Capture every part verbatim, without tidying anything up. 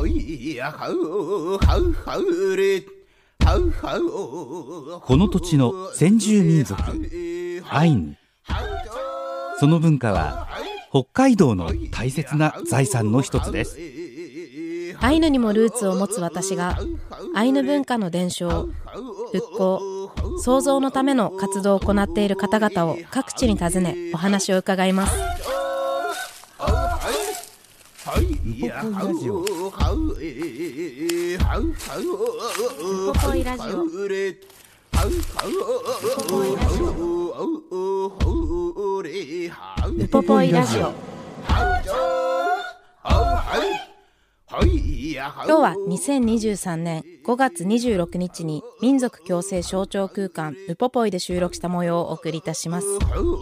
この土地の先住民族アイヌ、その文化は北海道の大切な財産の一つです。 アイヌにもルーツを持つ私がアイヌ文化の伝承、復興、創造のための活動を行っている方々を各地に訪ねお話を伺います。 ウポポイラジオ。ウポポイラジオ。ウポポイラジオ。今日はにせんにじゅうさんねんごがつにじゅうろくにちに民族共生象徴空間ウポポイで収録した模様をお送りいたします。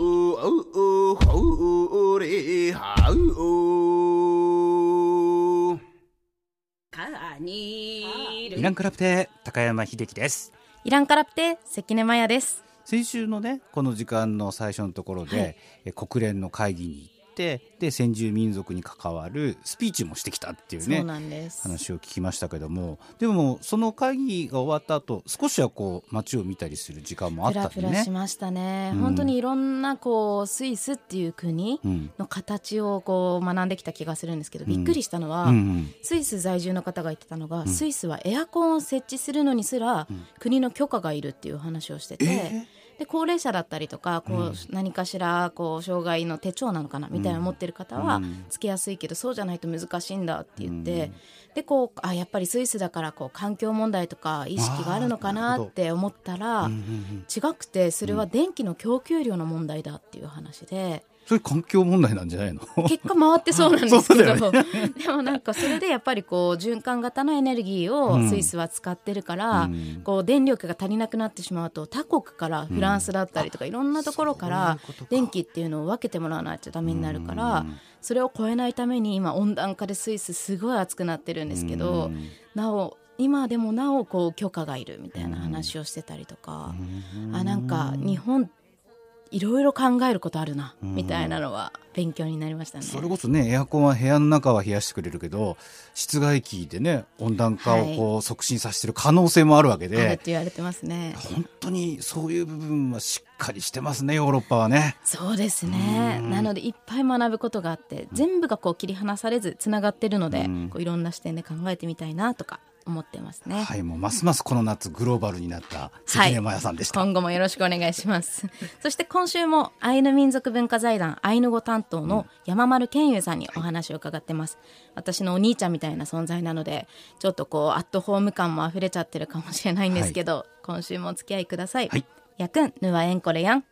イランクラプテ高山秀樹です。 イランカラプテ関根麻也です。 先週のねこの時間の最初のところで、はい、国連の会議に行ってで先住民族に関わるスピーチもしてきたっていうね、 そうなんです。 話を聞きましたけども、でもその会議が終わった後少しはこう街を見たりする時間もあったんでね。 フラフラしましたね、うん、本当にいろんなこうスイスっていう国の形をこう学んできた気がするんですけど、うん、びっくりしたのは、うんうん、スイス在住の方が言ってたのが、うん、スイスはエアコンを設置するのにすら、うん、国の許可がいるっていう話をしてて、えーで高齢者だったりとかこう、うん、何かしらこう障害の手帳なのかなみたいな持ってる方はつけやすいけど、うん、そうじゃないと難しいんだって言って、うん、でこうあやっぱりスイスだからこう環境問題とか意識があるのかなって思ったら、うんうんうん、違くてそれは電気の供給量の問題だっていう話で、 それ環境問題なんじゃないの？ 結果回ってそうなんですけど、 ね、 でもなんかそれでやっぱりこう循環型のエネルギーをスイスは使ってるから、うん、こう電力が足りなくなってしまうと他国からフランスだったりとか、うん、いろんなところから電気っていうのを分けてもらわないとダメになるから、うん、それを超えないために今温暖化でスイスすごい暑くなってるんですけど、うん、なお今でもなおこう許可がいるみたいな話をしてたりとか、うん、あなんか日本っていろいろ考えることあるなみたいなのは勉強になりましたね。 それこそねエアコンは部屋の中は冷やしてくれるけど室外機でね温暖化をこう促進させてる可能性もあるわけで、 はい、あるって言われてますね。 本当にそういう部分はしっかりしてますねヨーロッパはね。 そうですね。なのでいっぱい学ぶことがあって全部がこう切り離されずつながってるので、こういろんな視点で考えてみたいなとか思ってますね。 はい、もうますますこの夏グローバルになった関根麻也さんでした、 はい、今後もよろしくお願いしますそして今週もアイヌ民族文化財団アイヌ語担当の山丸健優さんにお話を伺ってます、はい、私のお兄ちゃんみたいな存在なのでちょっとこうアットホーム感もあふれちゃってるかもしれないんですけど、はい、今週もお付き合いください、はい、やくんぬわえんこれやん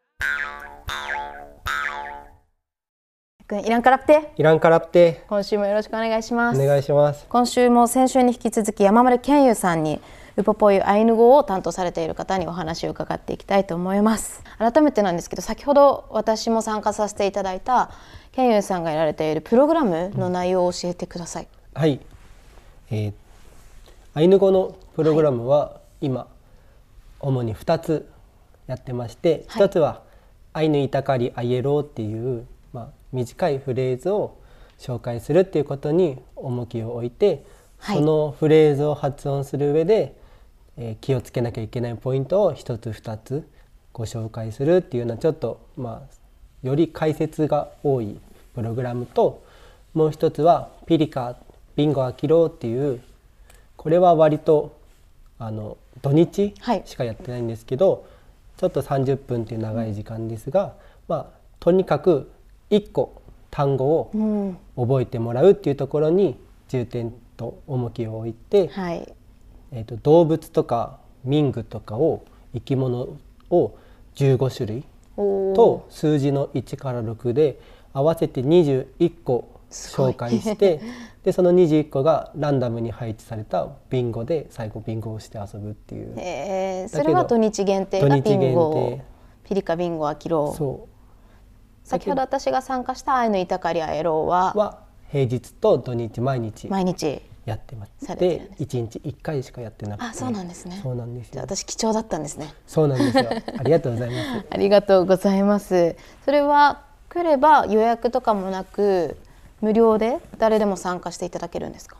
イランカラプテイランカラプテ今週もよろしくお願いします。 お願いします。 今週も先週に引き続き山丸健優さんにウポポイアイヌ語を担当されている方にお話を伺っていきたいと思います。改めてなんですけど先ほど私も参加させていただいた健優さんがやられているプログラムの内容を教えてください、 うん、はい、えー、アイヌ語のプログラムは今主にふたつやってまして、はい、ひとつはアイヌイタカリアイエローっていうまあ、短いフレーズを紹介するっていうことに重きを置いて、はい、そのフレーズを発音する上で、えー、気をつけなきゃいけないポイントをひとつふたつご紹介するっていうようなちょっと、まあ、より解説が多いプログラムと、もう一つはピリカビンゴアキローっていうこれは割とあの土日しかやってないんですけど、はい、ちょっとさんじゅっぷんっていう長い時間ですが、まあ、とにかくいっこ単語を覚えてもらうっていうところに重点と重きを置いて、はい、えーと、動物とか民具とかを生き物をじゅうごしゅるいと数字のいちからろくで合わせてにじゅういっこ紹介してでそのにじゅういっこがランダムに配置されたビンゴで最後ビンゴをして遊ぶっていう。 へー、それは土日限定がビンゴピリカビンゴアキロー。そう先ほど私が参加したアイヌイタカリアエローはは平日と土日毎日毎日やってます。でいちにちいっかいしかやってなくて、 あ、そうなんですね。 そうなんですよ。 じゃあ私貴重だったんですね。 そうなんですよ。ありがとうございますありがとうございます。それは来れば予約とかもなく無料で誰でも参加していただけるんですか？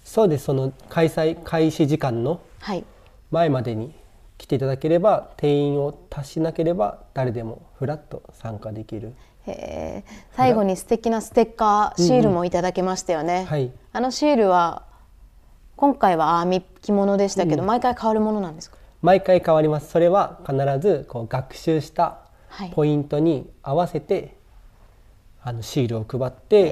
そうです。その開催開始時間の前までに来ていただければ、定員を達しなければ誰でもフラッと参加できる。 へー、最後に素敵なステッカーシールもいただけましたよね、うんうん、はい、あのシールは今回は編み着物でしたけど、うん、毎回変わるものなんですか？ 毎回変わります。それは必ずこう学習したポイントに合わせて、はい、あのシールを配って、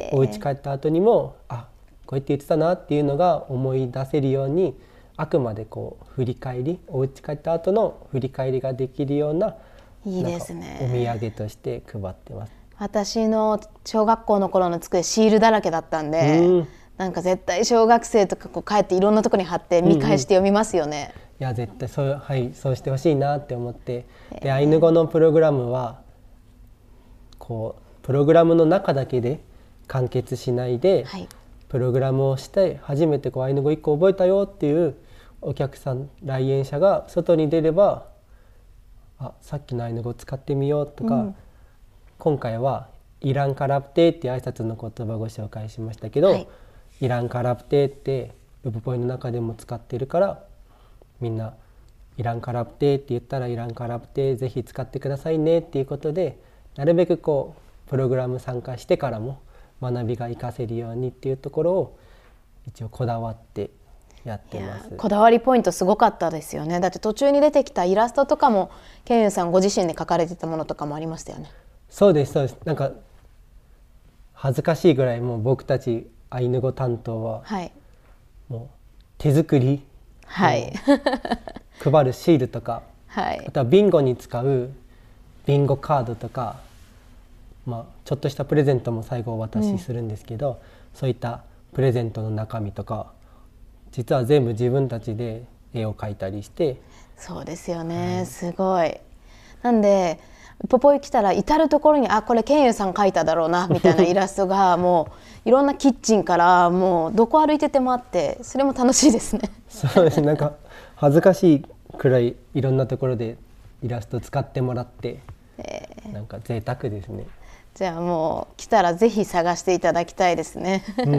お家帰った後にもあこうやって言ってたなっていうのが思い出せるように、あくまでこう振り返り、お家帰った後の振り返りができるような、 いいですね、 お土産として配ってます。 私の小学校の頃の机シールだらけだったんで、うん、なんか絶対小学生とかこう帰っていろんなところに貼って見返して読みますよね、うんうん、 いや絶対そう、はい、そうしてほしいなって思って、でアイヌ語のプログラムはこうプログラムの中だけで完結しないで、はい、プログラムをして初めてこうアイヌ語いっこ覚えたよっていうお客さん、来園者が外に出れば、あさっきのアイヌ語使ってみようとか、うん、今回はイランカラプテっていう挨拶の言葉をご紹介しましたけど、はい、イランカラプテってウポポイの中でも使ってるから、みんなイランカラプテって言ったらイランカラプテぜひ使ってくださいねっていうことで、なるべくこうプログラム参加してからも学びが活かせるようにっていうところを一応こだわってやってます。 こだわりポイントすごかったですよね。だって途中に出てきたイラストとかもケンユンさんご自身で描かれてたものとかもありましたよね。 そうですそうです。なんか恥ずかしいぐらいもう僕たちアイヌ語担当は、はい、もう手作り、はい、配るシールとか、はい、あとはビンゴに使うビンゴカードとか、まあ、ちょっとしたプレゼントも最後お渡しするんですけど、うん、そういったプレゼントの中身とか実は全部自分たちで絵を描いたりして。 そうですよね、はい、すごい。なんでポポイ来たら至る所にあこれケンユンさん描いただろうなみたいなイラストがもういろんなキッチンからもうどこ歩いててもあって、それも楽しいですね。 そうですね、なんか恥ずかしいくらいいろんなところでイラスト使ってもらって、えー、なんか贅沢ですね。 じゃあもう来たらぜひ探していただきたいですね。うんうん、うん、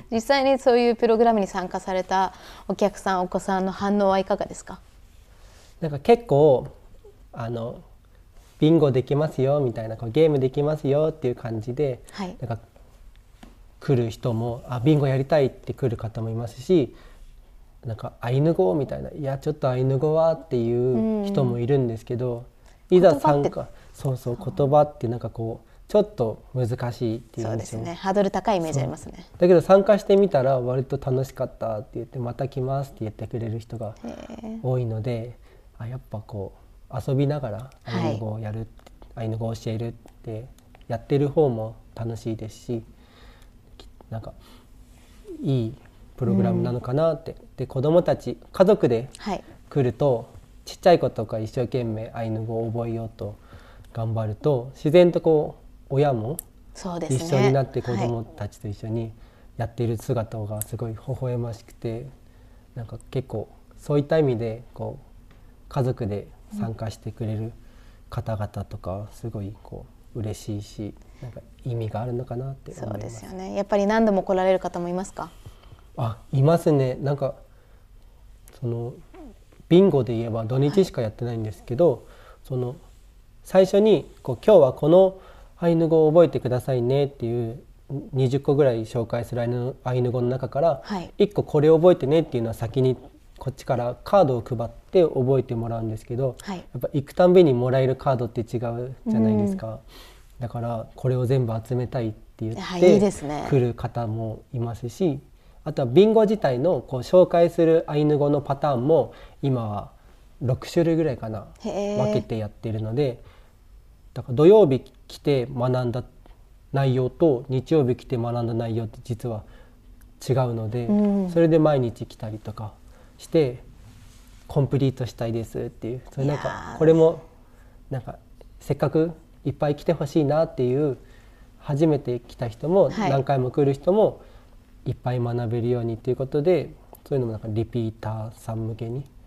実際にそういうプログラムに参加されたお客さんお子さんの反応はいかがですか？ なんか結構あのビンゴできますよみたいな、こうゲームできますよっていう感じで、はい、なんか来る人もあビンゴやりたいって来る方もいますし、なんかアイヌ語みたいな、いやちょっとアイヌ語はっていう人もいるんですけど、うん、いざ参加そうそう言葉ってなんかこうちょっと難しいっていう印象。 そうですね、ハードル高いイメージありますね。 だけど参加してみたら割と楽しかったって言って、また来ますって言ってくれる人が多いので、あやっぱこう遊びながらアイヌ語をやる、はい、アイヌ語を教えるってやってる方も楽しいですし、なんかいいプログラムなのかなって、うん、で子どもたち家族で来ると、はい、ちっちゃい子とか一生懸命アイヌ語を覚えようと頑張ると、自然とこう親も一緒になって子どもたちと一緒にやっている姿がすごい微笑ましくて、なんか結構そういった意味でこう家族で参加してくれる方々とかすごいこう嬉しいし、なんか意味があるのかなって思います。 そうですよね。やっぱり何度も来られる方もいますか？ あ、いますね。なんかそのビンゴで言えば土日しかやってないんですけど、はい、その最初にこう今日はこのアイヌ語を覚えてくださいねっていうにじゅっこぐらい紹介するアイヌ、アイヌ語の中からいっここれを覚えてねっていうのは先にこっちからカードを配って覚えてもらうんですけど、はい、やっぱ行くたんびにもらえるカードって違うじゃないですか、うん、だからこれを全部集めたいって言って来る方もいますし、あとはビンゴ自体のこう紹介するアイヌ語のパターンも今はろくしゅるいぐらいかな分けてやってるので、だから土曜日来て学んだ内容と日曜日来て学んだ内容って実は違うので、うん、それで毎日来たりとかしてコンプリートしたいですっていう、それなんかこれもなんかせっかくいっぱい来てほしいなっていう、初めて来た人も何回も来る人もいっぱい学べるようにっていうことで、そういうのもなんかリピーターさん向けに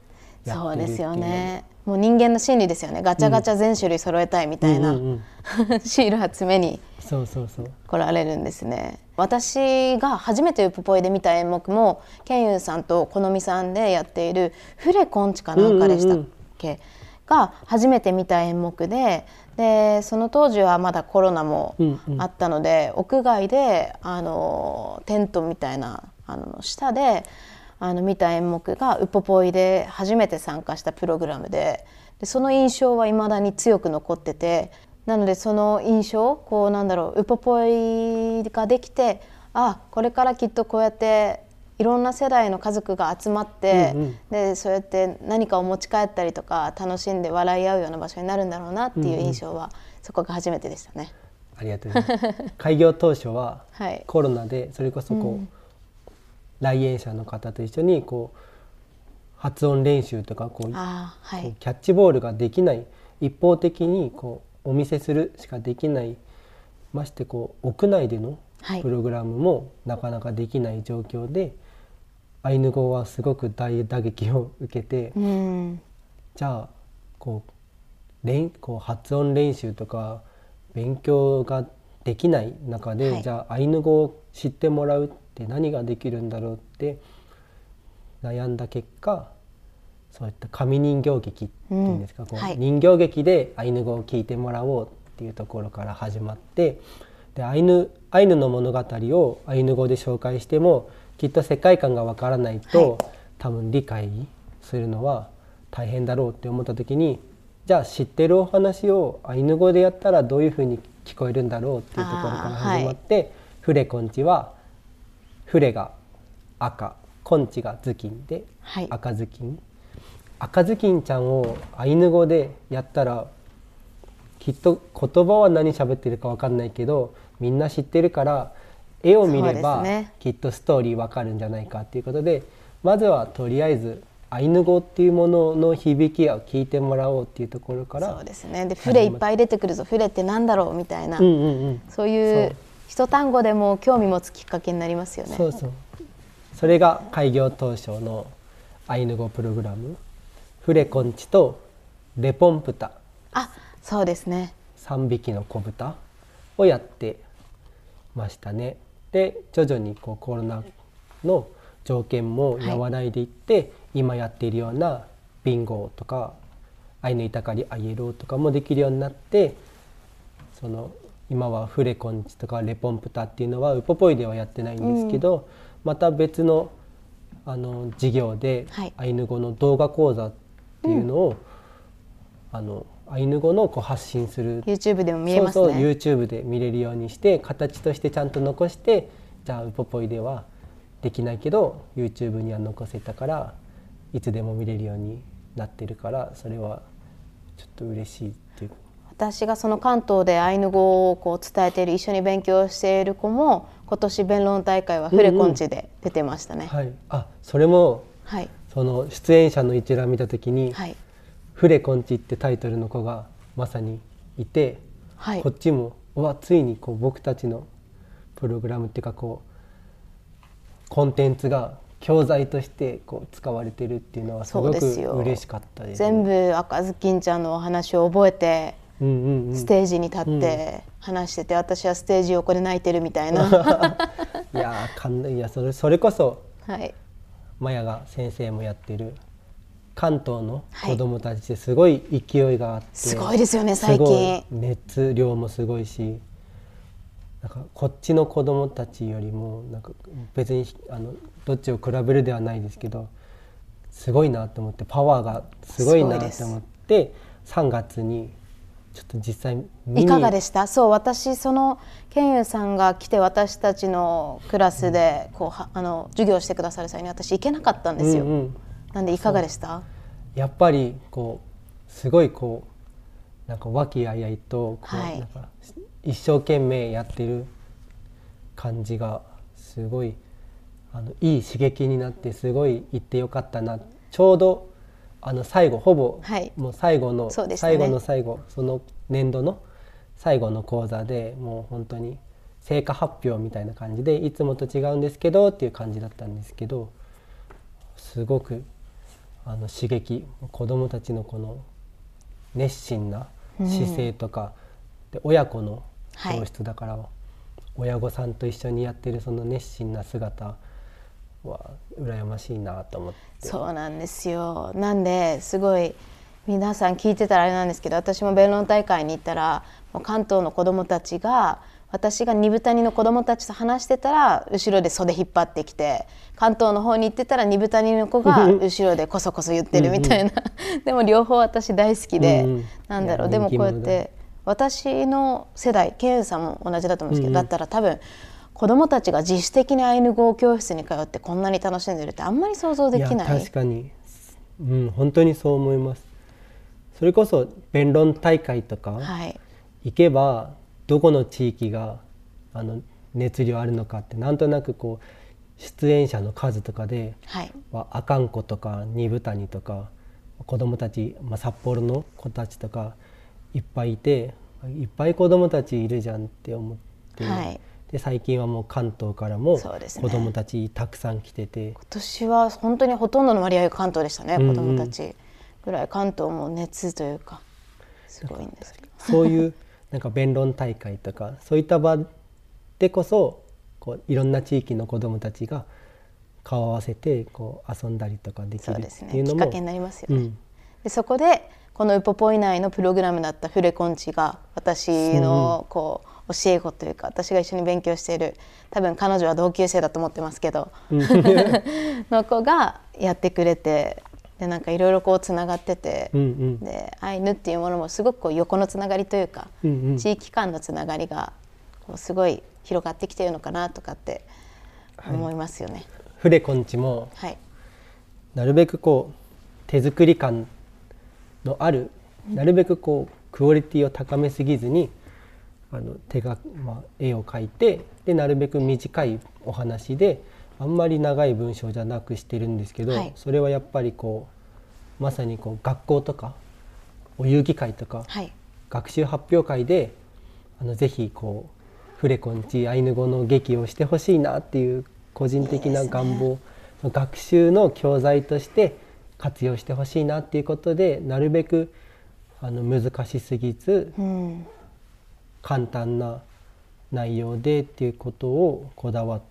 やそうですってるっていうのよね。もう人間の心理ですよね。ガチャガチャ全種類揃えたいみたいな、 うんうんうん、 シール集めにそうそうそう来られるんですね。私が初めてウポポイで見た演目もケンユンさんとこのみさんでやっているフレコンチかなんかでしたっけ、うんうんうん、が初めて見た演目で、でその当時はまだコロナもあったので、うんうん、屋外であのテントみたいなあの下であの見た演目がウポポイで初めて参加したプログラム で, でその印象は未だに強く残ってて、なのでその印象こうなんだろうウポポイができて、あこれからきっとこうやっていろんな世代の家族が集まって、うんうん、でそうやって何かを持ち帰ったりとか楽しんで笑い合うような場所になるんだろうなっていう印象は、うんうん、そこが初めてでしたね。 ありがとうございます開業当初はコロナでそれこそこう、うん来園者の方と一緒にこう発音練習とかこう、はい、こうキャッチボールができない、一方的にこうお見せするしかできない、ましてこう屋内でのプログラムもなかなかできない状況で、はい、アイヌ語はすごく大打撃を受けて、うん、じゃあこう練こう発音練習とか勉強ができない中で、はい、じゃあアイヌ語を知ってもらうって何ができるんだろうって悩んだ結果、そういった紙人形劇っていうんですか、うんこうはい、人形劇でアイヌ語を聞いてもらおうっていうところから始まって、でアイヌ、アイヌの物語をアイヌ語で紹介してもきっと世界観がわからないと、はい、多分理解するのは大変だろうって思った時に、じゃあ知ってるお話をアイヌ語でやったらどういうふうに聞こえるんだろうっていうところから始まって、はい、フレコンチはフレが赤、コンチが頭巾で赤ずきん、はい、赤ずきんちゃんをアイヌ語でやったらきっと言葉は何喋ってるか分かんないけどみんな知ってるから絵を見ればきっとストーリー分かるんじゃないかっていうことで、まずはとりあえずアイヌ語っていうものの響きを聞いてもらおうっていうところから、 そうですね。でフレいっぱい出てくるぞ、フレってなんだろうみたいな、うんうんうん、そういう一単語でも興味持つきっかけになりますよね。 そうそう、それが開業当初のアイヌ語プログラム、フレコンチとレポンプタ、 あ、そうですね、 さんびきの子豚をやってましたね。で徐々にこうコロナの条件も和らいでいって、はい、今やっているようなビンゴとかアイヌイタカリアイエローとかもできるようになって、その今はフレコンチとかレポンプタっていうのはウポポイではやってないんですけど、うん、また別のあの授業でアイヌ語の動画講座っていうのを、うん、あのアイヌ語のこう発信する YouTube でも見れますね。 そうそう YouTube で見れるようにして形としてちゃんと残して、じゃあウポポイではできないけど YouTube には残せたからいつでも見れるようになってるから、それはちょっと嬉しいっていう。 私がその関東でアイヌ語をこう伝えている、一緒に勉強している子も今年弁論大会はフレコンチで出てましたね。 うんうん、はい、あ、それも、はい、その出演者の一覧見た時に、はい、フレコンチってタイトルの子がまさにいて、はい、こっちもうわついにこう僕たちのプログラムっていうかこうコンテンツが教材としてこう使われてるっていうのはすごく嬉しかったですね。 全部赤ずきんちゃんのお話を覚えて、うんうんうん、ステージに立って話してて、うん、私はステージ横で泣いてるみたいな。 いやかんいやそれそれこそ、はい、マヤが先生もやってる関東の子どもたちですごい勢いがあって、はい、 すごいですよね最近。 熱量もすごいし、なんかこっちの子どもたちよりもなんか別にあのどっちを比べるではないですけど、すごいなと思って、パワーがすごいなと思って、さんがつにちょっと実際見に。 いかがでした？そう、私そのケンユさんが来て私たちのクラスでこうはあの授業してくださる際に私行けなかったんですよ。うんうん、なんでいかがでした？ やっぱりこうすごいこうなんか和気あいあいとこう、はい、なんか一生懸命やってる感じがすごいあのいい刺激になって、すごい行ってよかったな。ちょうどあの最後ほぼ、はい、もう最後の、ね、最後の最後、その年度の最後の講座でもう本当に成果発表みたいな感じで、いつもと違うんですけどっていう感じだったんですけど、すごくあの刺激、子どもたちのこの熱心な姿勢とか、うん、で親子の教室だから、はい、親御さんと一緒にやってるその熱心な姿は羨ましいなと思って。 そうなんですよ。なんですごい皆さん聞いてたらあれなんですけど、私も弁論大会に行ったらもう関東の子どもたちが、私が二部谷の子どもたちと話してたら後ろで袖引っ張ってきて、関東の方に行ってたら二部谷の子が後ろでこそこそ言ってるみたいなでも両方私大好きで、うんうん、なんだろう、でもこうやって私の世代、ケンさんも同じだと思うんですけど、うんうん、だったら多分子どもたちが自主的にアイヌ語教室に通ってこんなに楽しんでるってあんまり想像できない。 いや確かに、うん、本当にそう思います。それこそ弁論大会とか行けば、はい、どこの地域があの熱量あるのかってなんとなくこう出演者の数とかで、はい、阿寒湖とか二部谷とか子どもたち、まあ、札幌の子たちとかいっぱいいて、いっぱい子どもたちいるじゃんって思って、はい、で最近はもう関東からも子どもたちたくさん来てて、ね、 今年は本当にほとんどの割合が関東でしたね、うんうん、子どもたちぐらい関東も熱というかすごいんですけどそういうなんか弁論大会とかそういった場でこそこういろんな地域の子どもたちが顔を合わせてこう遊んだりとかできるっていうのも、 そうですね、きっかけになりますよね、うん、でそこでこのウポポイ内のプログラムだったフレコンチが私のこう教え子というか、私が一緒に勉強している、多分彼女は同級生だと思ってますけどの子がやってくれて、でなんかいろいろこうつながってて、うんうん、でアイヌっていうものもすごくこう横のつながりというか、うんうん、地域間のつながりがこうすごい広がってきているのかなとかって思いますよね、はい、 フレコンチも、はい、なるべくこう手作り感のある、なるべくこうクオリティを高めすぎずにあの手が、まあ、絵を描いて、でなるべく短いお話であんまり長い文章じゃなくしてるんですけど、はい、それはやっぱりこうまさにこう学校とかお遊戯会とか、はい、学習発表会であのぜひこうフレコンチアイヌ語の劇をしてほしいなっていう個人的な願望、いいですね、学習の教材として活用してほしいなっていうことで、なるべくあの難しすぎず、うん、簡単な内容でっていうことをこだわって、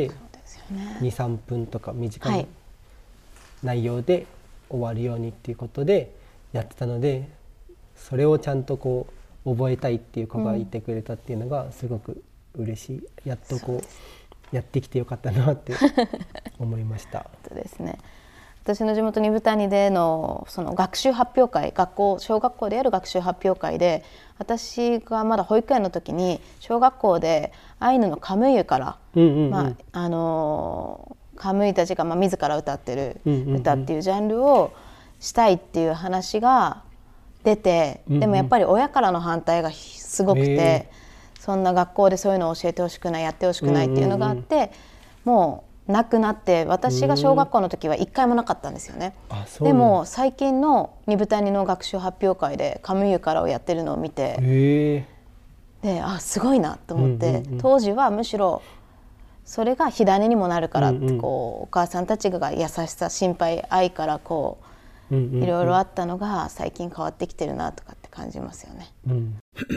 に、さんぷんとか短い内容で終わるようにっていうことでやってたので、それをちゃんとこう覚えたいっていう子がいてくれたっていうのがすごく嬉しい、やっとこうやってきてよかったなって思いましたそうですね、私の地元二部谷で の, その学習発表会、学校小学校でやる学習発表会で、私がまだ保育園の時に小学校でアイヌのカムイユから、うんうんうん、まああのー、カムイたちがまあ自ら歌ってる歌っていうジャンルをしたいっていう話が出て、うんうん、でもやっぱり親からの反対がすごくて、そんな学校でそういうのを教えてほしくない、やってほしくないっていうのがあって、うんうんうん、もうなくなって、私が小学校の時はいっかいもなかったんですよね。でも最近の二部谷の学習発表会でカムイユからをやってるのを見て、であすごいなと思って、うんうんうん、当時はむしろそれが火種にもなるからって、こう、うんうん、お母さんたちが優しさ、心配、愛からこう、うんうんうん、いろいろあったのが最近変わってきてるなとかって感じますよね、うん、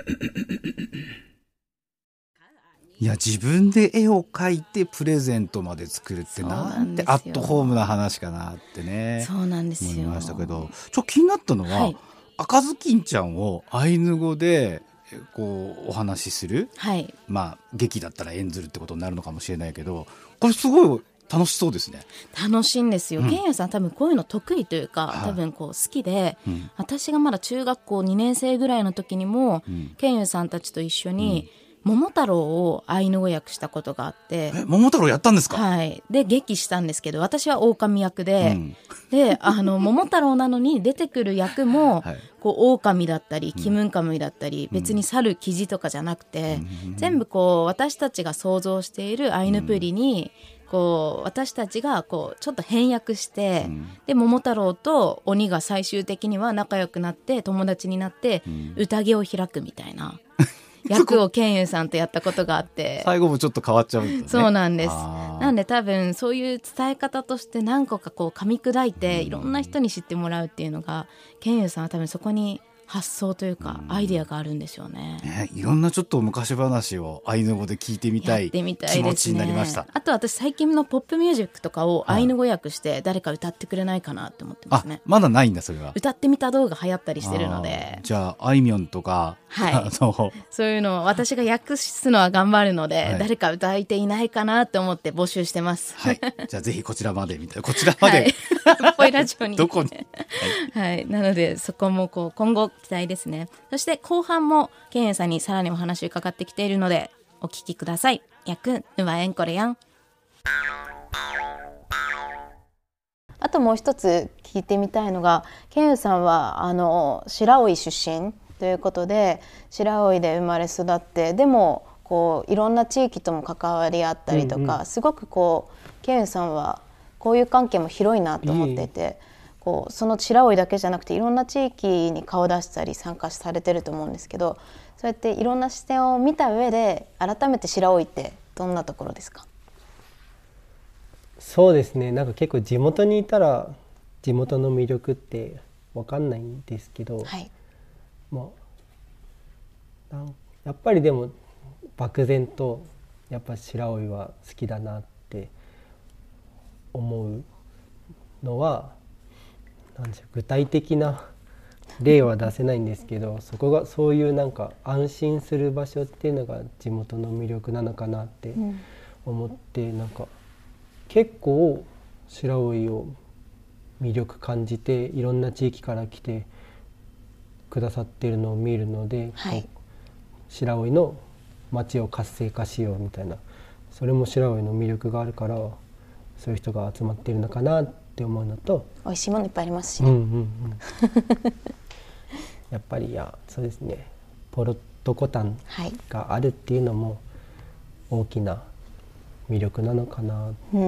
いや自分で絵を描いてプレゼントまで作るってなんてアットホームな話かなってね、 そうなんですよ、 思いましたけど、ちょっと気になったのは、はい、赤ずきんちゃんをアイヌ語でこうお話しする、はい、まあ劇だったら演ずるってことになるのかもしれないけど、これすごい楽しそうですね。 楽しいんですよ、うん、ケンユさん多分こういうの得意というか、はい、多分こう好きで、うん、私がまだ中学校にねん生ぐらいの時にも、うん、ケンユさんたちと一緒に、うん、桃太郎をアイヌ語訳したことがあって、 え桃太郎やったんですか？ はい、で劇したんですけど、私は狼役で、うん、であの桃太郎なのに出てくる役も、はい、こう狼だったりキムンカムイだったり、うん、別に猿キジとかじゃなくて、うん、全部こう私たちが想像しているアイヌプリに、うん、こう私たちがこうちょっと変訳して、うん、で桃太郎と鬼が最終的には仲良くなって友達になって、うん、宴を開くみたいな役をケンユさんとやったことがあって最後もちょっと変わっちゃうんだね。 そうなんです。なんで多分そういう伝え方として何個かこう噛み砕いていろんな人に知ってもらうっていうのが、ケンユさんは多分そこに発想というかアイデアがあるんでしょう ね,、 うん、ねいろんなちょっと昔話をアイヌ語で聞いてみたい気持ちになりました。 あと私最近のポップミュージックとかをアイヌ語訳して誰か歌ってくれないかなって思ってますね。 あ、まだないんだそれは。 歌ってみた動画流行ったりしてるので、 じゃああいみょんとか、 はい、あのそういうのを私が訳すのは頑張るので、はい、誰か歌いていないかなって思って募集してます、 はい、じゃあぜひこちらまでみたいなこちらまで、 はい、ポイラジオにどこに、はいはい、なのでそこもこう今後期待ですね。そして後半もケンユさんにさらにお話伺ってきているのでお聞きください。やくんぬわえんこれやん。あともう一つ聞いてみたいのが、ケンユさんはあの白老出身ということで白老で生まれ育って、でもこういろんな地域とも関わり合ったりとか、うんうん、すごくこうケンユさんは交友関係も広いなと思っていて、こうその白老だけじゃなくていろんな地域に顔出したり参加されてると思うんですけど、そうやっていろんな視点を見た上で改めて白老ってどんなところですか？ そうですね、なんか結構地元にいたら地元の魅力って分かんないんですけど、はい、まあ、やっぱりでも漠然とやっぱ白老は好きだなって思うのは、なんでしょう、具体的な例は出せないんですけどそこがそういうなんか安心する場所っていうのが地元の魅力なのかなって思って、うん、なんか結構白老を魅力感じていろんな地域から来てくださっているのを見るので、はい、白老の街を活性化しようみたいな、それも白老の魅力があるからそういう人が集まっているのかなって思うのと、 美味しいものいっぱいありますしね、うんうんうん、 やっぱりいやそうですね、ポロットコタンがあるっていうのも大きな魅力なのかな、うん、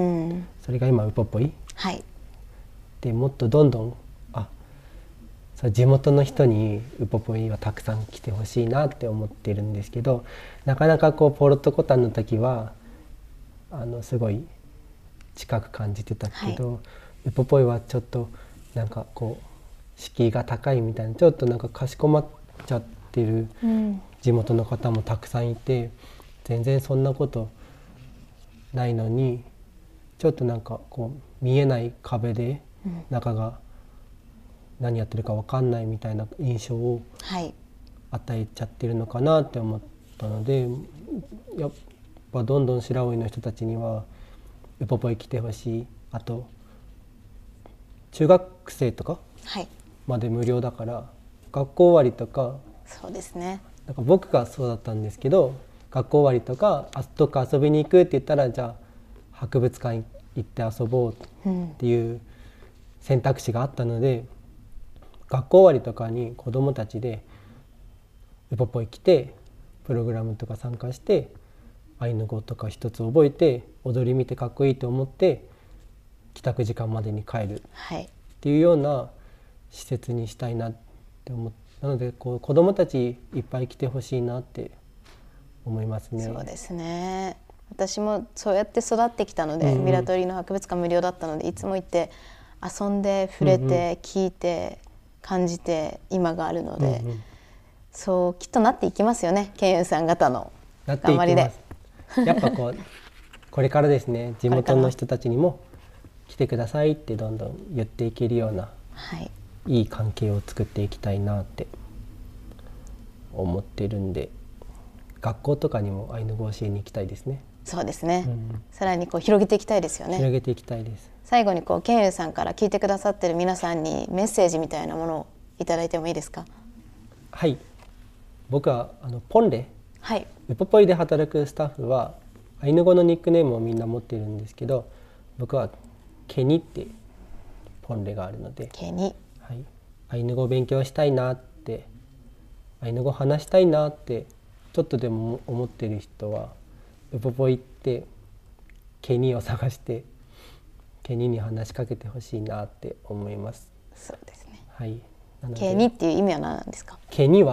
それが今ウポポイ、はい、でもっとどんどんあそう地元の人にウポポイはたくさん来てほしいなって思ってるんですけど、なかなかこうポロットコタンの時はあのすごい近く感じてたけど、はい、ウポポイはちょっとなんかこう敷居が高いみたいな、ちょっとなんかかしこまっちゃってる地元の方もたくさんいて、うん、全然そんなことないのにちょっとなんかこう見えない壁で中が何やってるか分かんないみたいな印象を与えちゃってるのかなって思ったので、やっぱどんどん白老の人たちにはウポポイ来てほしい。あと中学生とかまで無料だから、はい、学校終わりとか、 そうですね、 なんか僕がそうだったんですけど、学校終わりとかあどっか遊びに行くって言ったら、じゃあ博物館行って遊ぼうっていう選択肢があったので、うん、学校終わりとかに子どもたちでウポポイ来てプログラムとか参加してアイヌ語とか一つ覚えて踊り見てかっこいいと思って帰宅時間までに帰るっていうような施設にしたいなって思った。なのでこう子どもたちいっぱい来てほしいなって思いますね。 そうですね、私もそうやって育ってきたので、うんうん、ミラトリの博物館無料だったのでいつも行って遊んで触れて、うんうん、聞いて感じて今があるので、うんうん、そうきっとなっていきますよね、ケンユさん方の頑張りで。 やっぱこうこれからですね、地元の人たちにも来てくださいってどんどん言っていけるような、はい、いい関係を作っていきたいなって思ってるんで、学校とかにもアイヌ語を教えに行きたいですね。 そうですね、うん、さらにこう広げていきたいですよね。 広げていきたいです。 最後にこうケンユさんから聞いてくださってる皆さんにメッセージみたいなものをいただいてもいいですか？ はい、僕はあのポンレ、 はい、 ウポポイで働くスタッフはアイヌ語のニックネームをみんな持ってるんですけど、僕はケニってポンレがあるので、 ケニ、 はい、アイヌ語を勉強したいなって、アイヌ語話したいなってちょっとでも思ってる人はウポポイってケニを探してケニに話しかけてほしいなって思います。 そうですね、 はい、 なのでケニっていう意味は何なんですか？ ケニは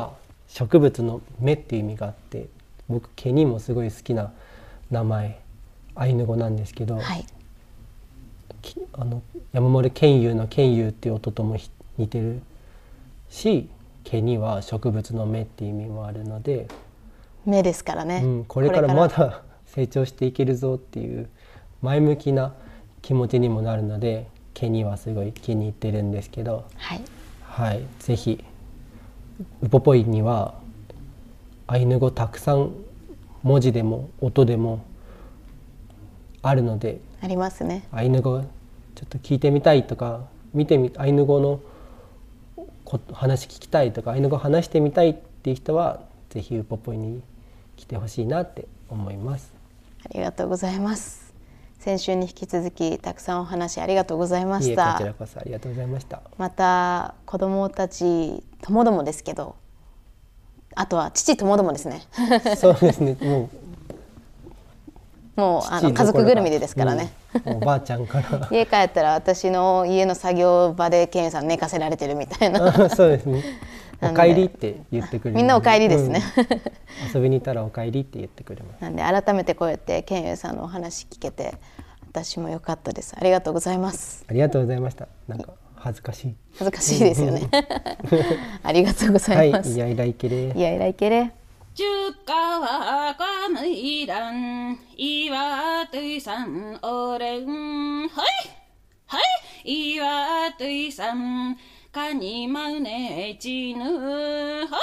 植物の芽っていう意味があって、僕ケニーもすごい好きな名前、アイヌ語なんですけど、はい、あの山森剣友の剣友っていう音とも似てるし、ケニーは植物の芽っていう意味もあるので、 芽ですからね、 うん、これからまだ成長していけるぞっていう前向きな気持ちにもなるので、ケニーはすごい気に入ってるんですけど、はい、はい、ぜひウポポイにはアイヌ語たくさん文字でも音でもあるので、 ありますね。 アイヌ語ちょっと聞いてみたいとか、見てみアイヌ語の話聞きたいとか、アイヌ語話してみたいっていう人はぜひウポポイに来てほしいなって思います。 ありがとうございます。先週に引き続きたくさんお話ありがとうございました。 いえ、こちらこそありがとうございました。 また子どもたちともどもですけど、あとは父ともどもですね。 そうですね。もうもうあの家族ぐるみでですからね。 うん、おばあちゃんから家帰ったら私の家の作業場でケンさん寝かせられてるみたいな。 そうですね。お帰りって言ってくれる。 みんなお帰りですね。 うん、遊びに行ったらお帰りって言ってくれます。 なんで改めてこうやってケンさんのお話聞けて、私も良かったです。ありがとうございます。 ありがとうございました。なんか恥ずかしい。 恥ずかしいですよね。ありがとうございます。 はい、いやいらいけれ。 いやいらいけれ。 中華はかむいらん、岩といさんおれん、はいはい岩といさんかにまうねちぬ、はるは。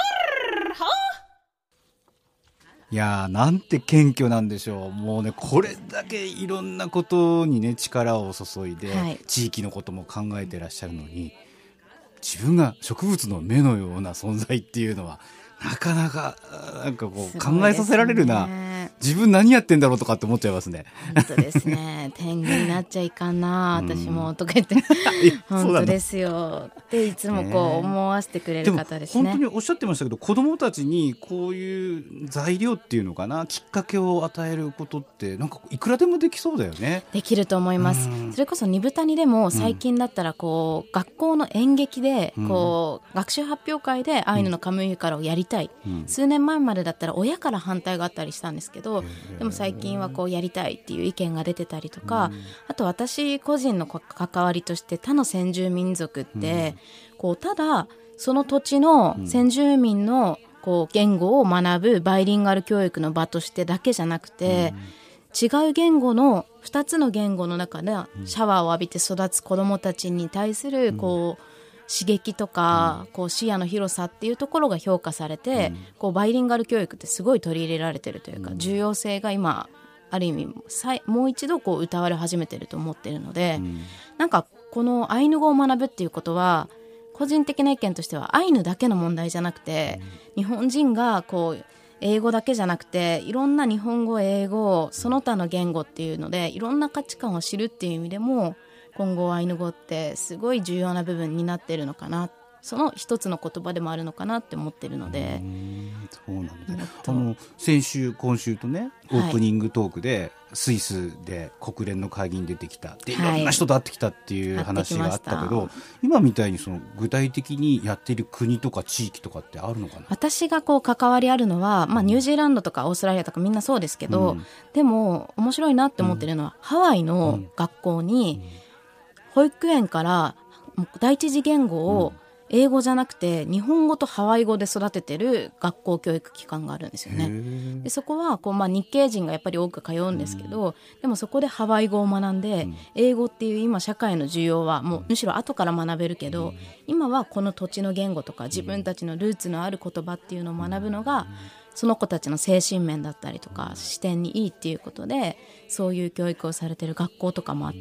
いやー、なんて謙虚なんでしょう。もうね、これだけいろんなことにね力を注いで、はい、地域のことも考えてらっしゃるのに、自分が植物の芽のような存在っていうのはなかなかなんかこう考えさせられるな。自分何やってんだろうとかって思っちゃいますね。 本当ですね。天狗になっちゃいかんな、私もとか言って本当ですよっていつもこう思わせてくれる方ですね。 でも本当におっしゃってましたけど、子どもたちにこういう材料っていうのかな、きっかけを与えることってなんかいくらでもできそうだよね。 できると思います。それこそ二部谷でも最近だったらこう、うん、学校の演劇でこう、うん、学習発表会でアイヌのカムイからをやりたい、うん、数年前までだったら親から反対があったりしたんですけど、でも最近はこうやりたいっていう意見が出てたりとか、うん、あと私個人の関わりとして他の先住民族って、うん、こうただその土地の先住民のこう言語を学ぶバイリンガル教育の場としてだけじゃなくて、うん、違う言語のふたつの言語の中でシャワーを浴びて育つ子どもたちに対するこう、うん、刺激とか、こう視野の広さっていうところが評価されて、うん、こうバイリンガル教育ってすごい取り入れられてるというか、うん、重要性が今ある意味もう一度こう歌われ始めてると思ってるので、うん、なんかこのアイヌ語を学ぶっていうことは個人的な意見としてはアイヌだけの問題じゃなくて、うん、日本人がこう英語だけじゃなくていろんな日本語、英語、その他の言語っていうのでいろんな価値観を知るっていう意味でも今後アイヌ語ってすごい重要な部分になってるのかな、その一つの言葉でもあるのかなって思ってるので。 うーん、そうなんですね。あの先週今週とねオープニングトークで、はい、スイスで国連の会議に出てきたでいろんな人と会ってきたっていう話があったけど、はい、今みたいにその具体的にやっている国とか地域とかってあるのかな。 私がこう関わりあるのは、まあ、ニュージーランドとかオーストラリアとかみんなそうですけど、うん、でも面白いなって思ってるのは、うん、ハワイの学校に、うんうん、保育園から第一次言語を英語じゃなくて日本語とハワイ語で育ててる学校教育機関があるんですよね。でそこはこう、まあ、日系人がやっぱり多く通うんですけど、でもそこでハワイ語を学んで、英語っていう今社会の需要はもうむしろ後から学べるけど、今はこの土地の言語とか自分たちのルーツのある言葉っていうのを学ぶのがその子たちの精神面だったりとか視点にいいっていうことで、そういう教育をされてる学校とかもあって、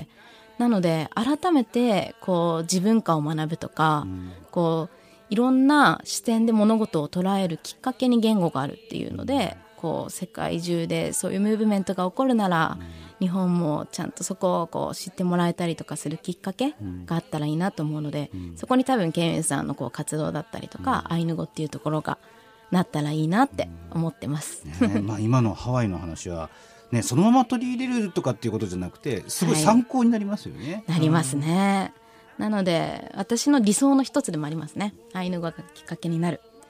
なので改めてこう自分化を学ぶとか、うん、こういろんな視点で物事を捉えるきっかけに言語があるっていうので、こう世界中でそういうムーブメントが起こるなら、うん、日本もちゃんとそこをこう知ってもらえたりとかするきっかけがあったらいいなと思うので、うん、そこに多分ケンウェンさんのこう活動だったりとか、うん、アイヌ語っていうところがなったらいいなって思ってます、 うんね。まあ、今のハワイの話はね、そのまま取り入れるとかっていうことじゃなくてすごい参考になりますよね、 はい、なりますね、うん、なので私の理想の一つでもありますね、アイヌ語がきっかけになる。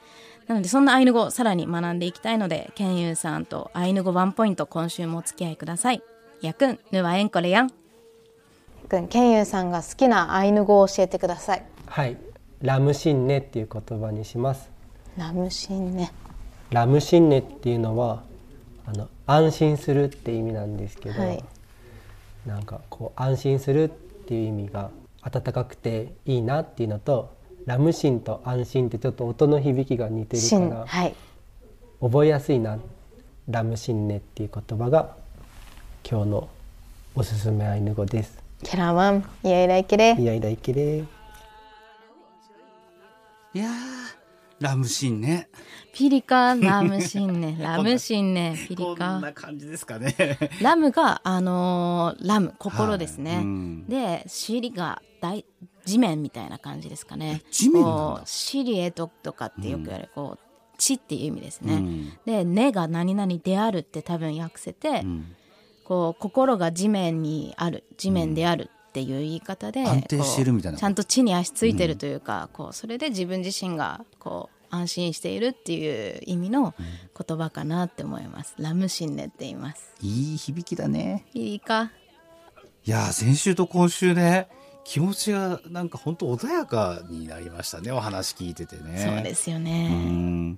なのでそんなアイヌ語をさらに学んでいきたいので、ケンユーさんとアイヌ語ワンポイント、今週もお付き合いください。やくんぬわえんこれやん。 ケンユーさんが好きなアイヌ語を教えてください。 はい、ラムシンネっていう言葉にします。 ラムシンネ。 ラムシンネっていうのはあの安心するって意味なんですけど、はい、なんかこう安心するっていう意味が温かくていいなっていうのと、ラムシンと安心ってちょっと音の響きが似てるから、はい、覚えやすいな。ラムシンネっていう言葉が今日のおすすめアイヌ語です。 ケラマンイヤイライケレイヤイライケレ。 いやー、ラムシンネピリカ、ラムシンネラムシンネピリカ、 こんな感じですかね。 ラムが、あのー、ラム心ですね、はい、うん、でシリが大地面みたいな感じですかね。 地面なんだ。 シリエトとかってよく言われる、こう地っていう意味ですね、うん、で根が何々であるって多分訳せて、うん、こう心が地面にある、地面であるっていう言い方で、うん、 安定してるみたいな、 ちゃんと地に足ついてるというか、うん、こうそれで自分自身がこう安心しているっていう意味の言葉かなって思います、うん、ラムシンネって言います。 いい響きだね。 いいか。 いや先週と今週ね、気持ちがなんか本当穏やかになりましたね、お話聞いててね。 そうですよね。うん、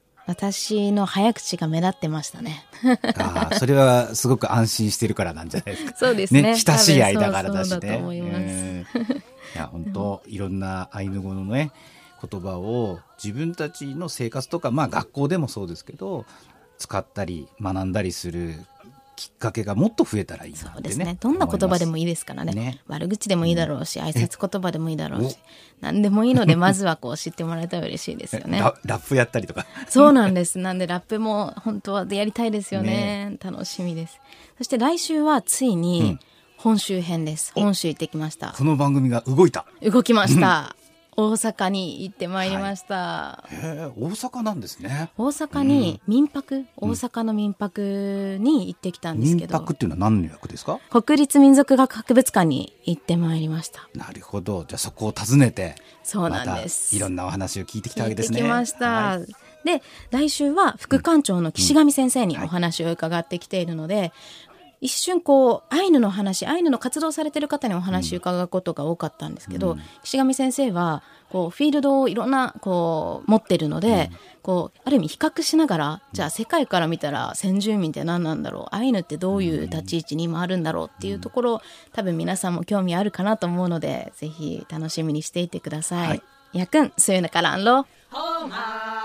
私の早口が目立ってましたね。 あ、それはすごく安心してるからなんじゃないですか。 そうですね。 ね、親しい間柄だしね。 そうだと思います。 えー、いや本当いろんなアイヌ語のね言葉を自分たちの生活とか、まあ学校でもそうですけど使ったり学んだりするきっかけがもっと増えたらいいなってね。 そうですね。どんな言葉でもいいですからね。ね、悪口でもいいだろうし、挨拶言葉でもいいだろうし、何でもいいのでまずはこう知ってもらえたら嬉しいですよね。 ラ, ラップやったりとか。 そうなんです。なんでラップも本当はやりたいですよね。ね、楽しみです。そして来週はついに本州編です。うん、本州行ってきました。 この番組が動いた。 動きました。大阪に行ってまいりました、はい、へ大阪なんですね。 大阪に民泊、うん、大阪の民泊に行ってきたんですけど、 民泊っていうのは何の役ですか？ 国立民族学博物館に行ってまいりました。 なるほど。じゃあそこを訪ねて、 そうなんです、 またいろんなお話を聞いてきたわけですね。 聞いてきました、はい、で来週は副館長の岸上先生にお話を伺ってきているので、うんうんはい、一瞬こうアイヌの話、アイヌの活動されてる方にお話を伺うことが多かったんですけど、うん、岸上先生はこうフィールドをいろんなこう持ってるので、うん、こうある意味比較しながら、じゃあ世界から見たら先住民って何なんだろう、アイヌってどういう立ち位置に今あるんだろうっていうところ、多分皆さんも興味あるかなと思うので、ぜひ楽しみにしていてください。はい、やくん、そういうのからんろ。